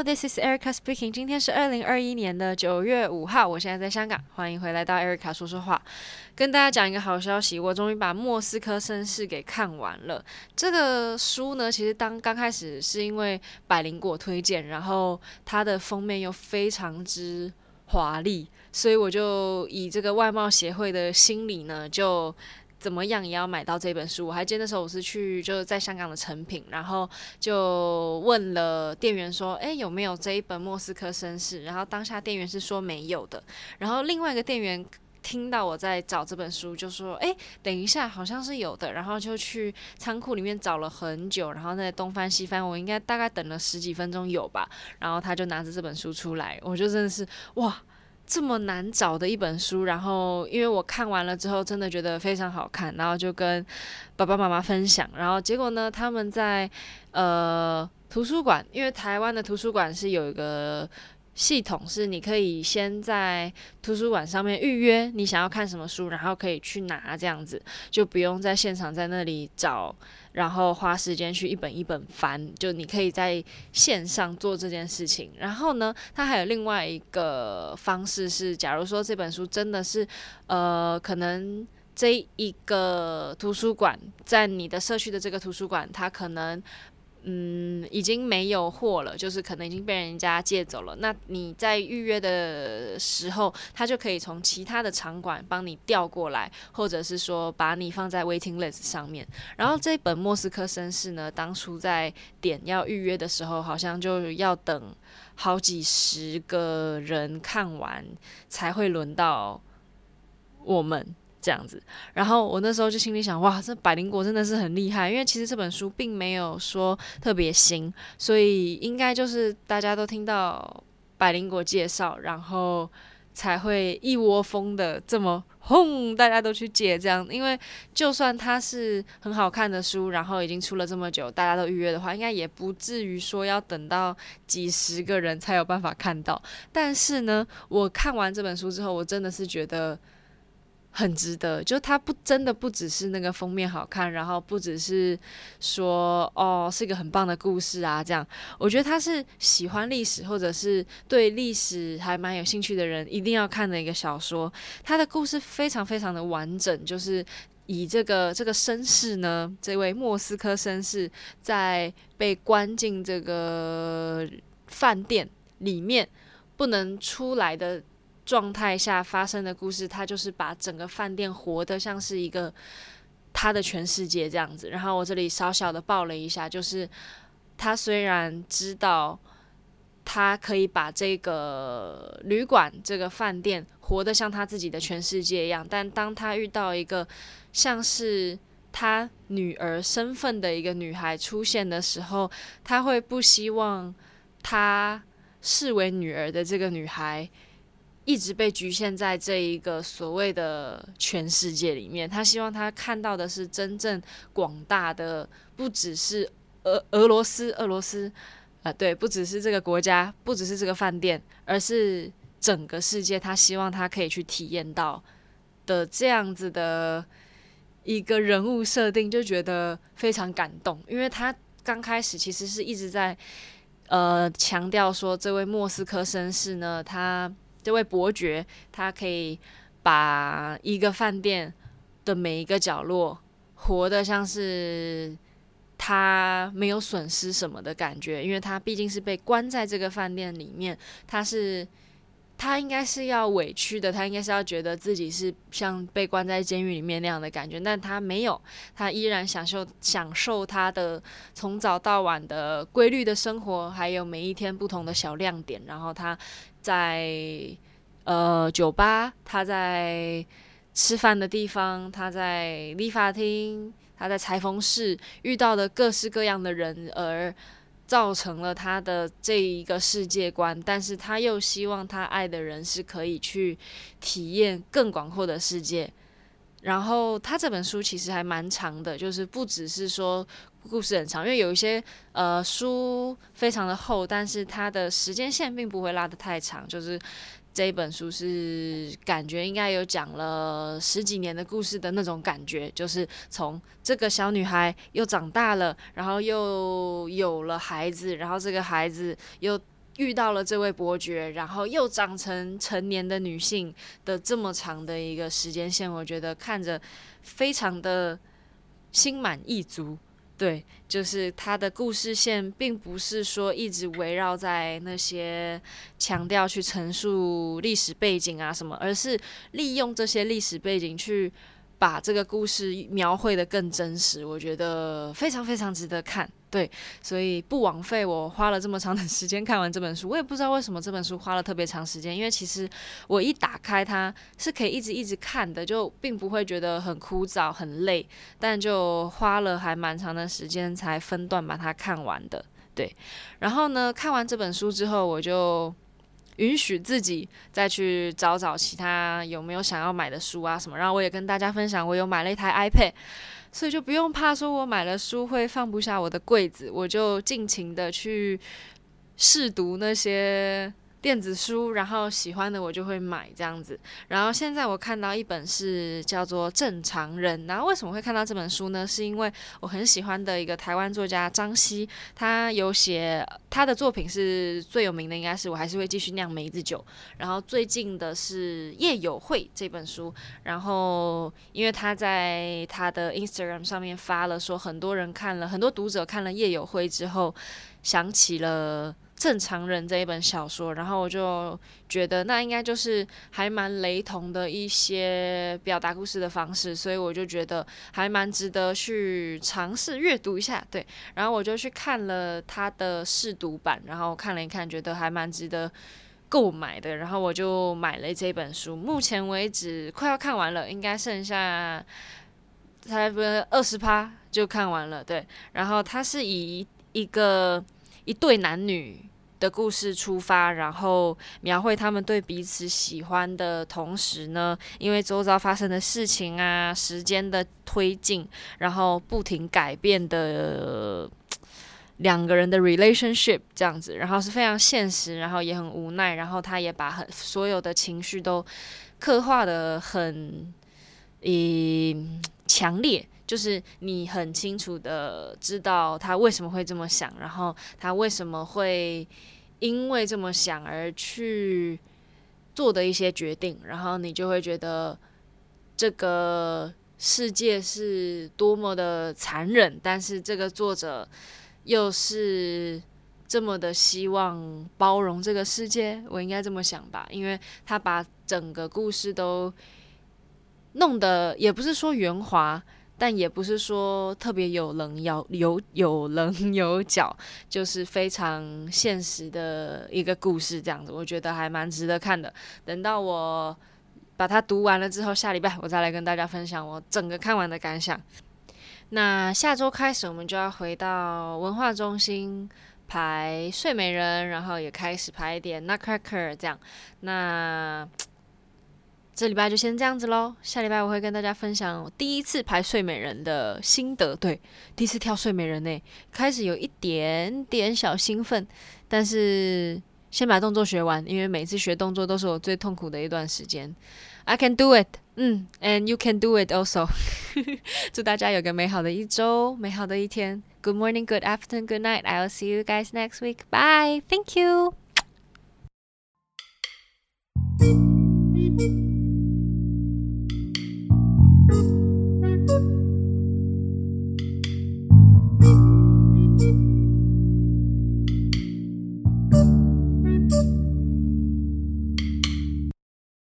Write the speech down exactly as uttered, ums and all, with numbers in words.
This is Erica speaking。今天是二零二一年的九月五号，我现在在香港，欢迎回来到 Erica 说说话。跟大家讲一个好消息，我终于把《莫斯科绅士》给看完了。这个书呢，其实当刚开始是因为百灵果推荐，然后它的封面又非常之华丽，所以我就以这个外贸协会的心理呢，就怎么样也要买到这本书。我还记得那时候我是去就是在香港的成品，然后就问了店员说，哎，有没有这一本《莫斯科绅士》？然后当下店员是说没有的。然后另外一个店员听到我在找这本书，就说，哎，等一下，好像是有的。然后就去仓库里面找了很久，然后那东翻西翻，我应该大概等了十几分钟有吧。然后他就拿着这本书出来，我就真的是哇！这么难找的一本书，然后因为我看完了之后真的觉得非常好看，然后就跟爸爸妈妈分享，然后结果呢，他们在呃图书馆，因为台湾的图书馆是有一个系统，是你可以先在图书馆上面预约你想要看什么书，然后可以去拿，这样子就不用在现场在那里找，然后花时间去一本一本翻，就你可以在线上做这件事情。然后呢，它还有另外一个方式是，假如说这本书真的是呃可能这一个图书馆在你的社区的这个图书馆，它可能嗯，已经没有货了，就是可能已经被人家借走了。那你在预约的时候，他就可以从其他的场馆帮你调过来，或者是说把你放在 waiting list 上面。然后这本《莫斯科绅士》呢，当初在点要预约的时候，好像就要等好几十个人看完才会轮到我们。这样子，然后我那时候就心里想，哇，这百灵果真的是很厉害，因为其实这本书并没有说特别新，所以应该就是大家都听到百灵果介绍，然后才会一窝蜂的这么轰，大家都去借这样。因为就算它是很好看的书，然后已经出了这么久，大家都预约的话，应该也不至于说要等到几十个人才有办法看到。但是呢，我看完这本书之后，我真的是觉得很值得，就它不真的不只是那个封面好看，然后不只是说哦是一个很棒的故事啊，这样我觉得它是喜欢历史或者是对历史还蛮有兴趣的人一定要看的一个小说。它的故事非常非常的完整，就是以这个这个绅士呢，这位莫斯科绅士在被关进这个饭店里面不能出来的状态下发生的故事，他就是把整个饭店活得像是一个他的全世界这样子。然后我这里小小的报了一下，就是他虽然知道他可以把这个旅馆这个饭店活得像他自己的全世界一样，但当他遇到一个像是他女儿身份的一个女孩出现的时候，他会不希望他视为女儿的这个女孩一直被局限在这一个所谓的全世界里面。他希望他看到的是真正广大的，不只是俄俄罗斯，俄罗斯，呃，对，不只是这个国家，不只是这个饭店，而是整个世界。他希望他可以去体验到的这样子的一个人物设定，就觉得非常感动。因为他刚开始其实是一直在呃强调说，这位莫斯科绅士呢，他这位伯爵，他可以把一个饭店的每一个角落活得像是他没有损失什么的感觉，因为他毕竟是被关在这个饭店里面，他是他应该是要委屈的，他应该是要觉得自己是像被关在监狱里面那样的感觉，但他没有，他依然享受享受他的从早到晚的规律的生活，还有每一天不同的小亮点。然后他在呃酒吧，他在吃饭的地方，他在理发厅，他在裁缝室遇到的各式各样的人，而造成了他的这一个世界观。但是他又希望他爱的人是可以去体验更广阔的世界。然后他这本书其实还蛮长的，就是不只是说故事很长，因为有一些呃书非常的厚，但是它的时间线并不会拉得太长，就是这一本书是感觉应该有讲了十几年的故事的那种感觉，就是从这个小女孩又长大了，然后又有了孩子，然后这个孩子又遇到了这位伯爵，然后又长成成年的女性的这么长的一个时间线，我觉得看着非常的心满意足。对，就是他的故事线并不是说一直围绕在那些强调去陈述历史背景啊什么，而是利用这些历史背景去把这个故事描绘得更真实，我觉得非常非常值得看。对，所以不枉费我花了这么长的时间看完这本书。我也不知道为什么这本书花了特别长时间，因为其实我一打开它是可以一直一直看的，就并不会觉得很枯燥很累，但就花了还蛮长的时间才分段把它看完的。对，然后呢，看完这本书之后，我就允许自己再去找找其他有没有想要买的书啊什么，然后我也跟大家分享，我有买了一台 iPad， 所以就不用怕说我买了书会放不下我的柜子，我就尽情的去试读那些电子书，然后喜欢的我就会买这样子。然后现在我看到一本是叫做《正常人》，然后为什么会看到这本书呢？是因为我很喜欢的一个台湾作家张希，他有写他的作品是最有名的，应该是我还是会继续酿梅子酒。然后最近的是《夜友会》这本书，然后因为他在他的 Instagram 上面发了说，很多人看了，很多读者看了《夜友会》之后，想起了正常人这一本小说，然后我就觉得那应该就是还蛮雷同的一些表达故事的方式，所以我就觉得还蛮值得去尝试阅读一下。对，然后我就去看了他的试读版，然后看了一看，觉得还蛮值得购买的，然后我就买了这本书。目前为止快要看完了，应该剩下差不多二十趴就看完了。对，然后它是以一个一对男女的故事出发，然后描绘他们对彼此喜欢的同时呢，因为周遭发生的事情啊，时间的推进，然后不停改变的两个人的 relationship 这样子，然后是非常现实，然后也很无奈，然后他也把很所有的情绪都刻画得很诶强烈。就是你很清楚的知道他为什么会这么想，然后他为什么会因为这么想而去做的一些决定，然后你就会觉得这个世界是多么的残忍，但是这个作者又是这么的希望包容这个世界，我应该这么想吧，因为他把整个故事都弄得也不是说圆滑，但也不是说特别有棱有有有棱有角，就是非常现实的一个故事，这样子，我觉得还蛮值得看的。等到我把它读完了之后，下礼拜我再来跟大家分享我整个看完的感想。那下周开始，我们就要回到文化中心排睡美人，然后也开始排一点 Nutcracker 这样。那这礼拜就先这样子咯，下礼拜我会跟大家分享我第一次排睡美人的心得。对，第一次跳睡美人呢，开始有一点点小兴奋，但是先把动作学完，因为每次学动作都是我最痛苦的一段时间。I can do it， 嗯 ，and you can do it also 。祝大家有个美好的一周，美好的一天。Good morning, good afternoon, good night. I'll see you guys next week. Bye. Thank you. Thank you.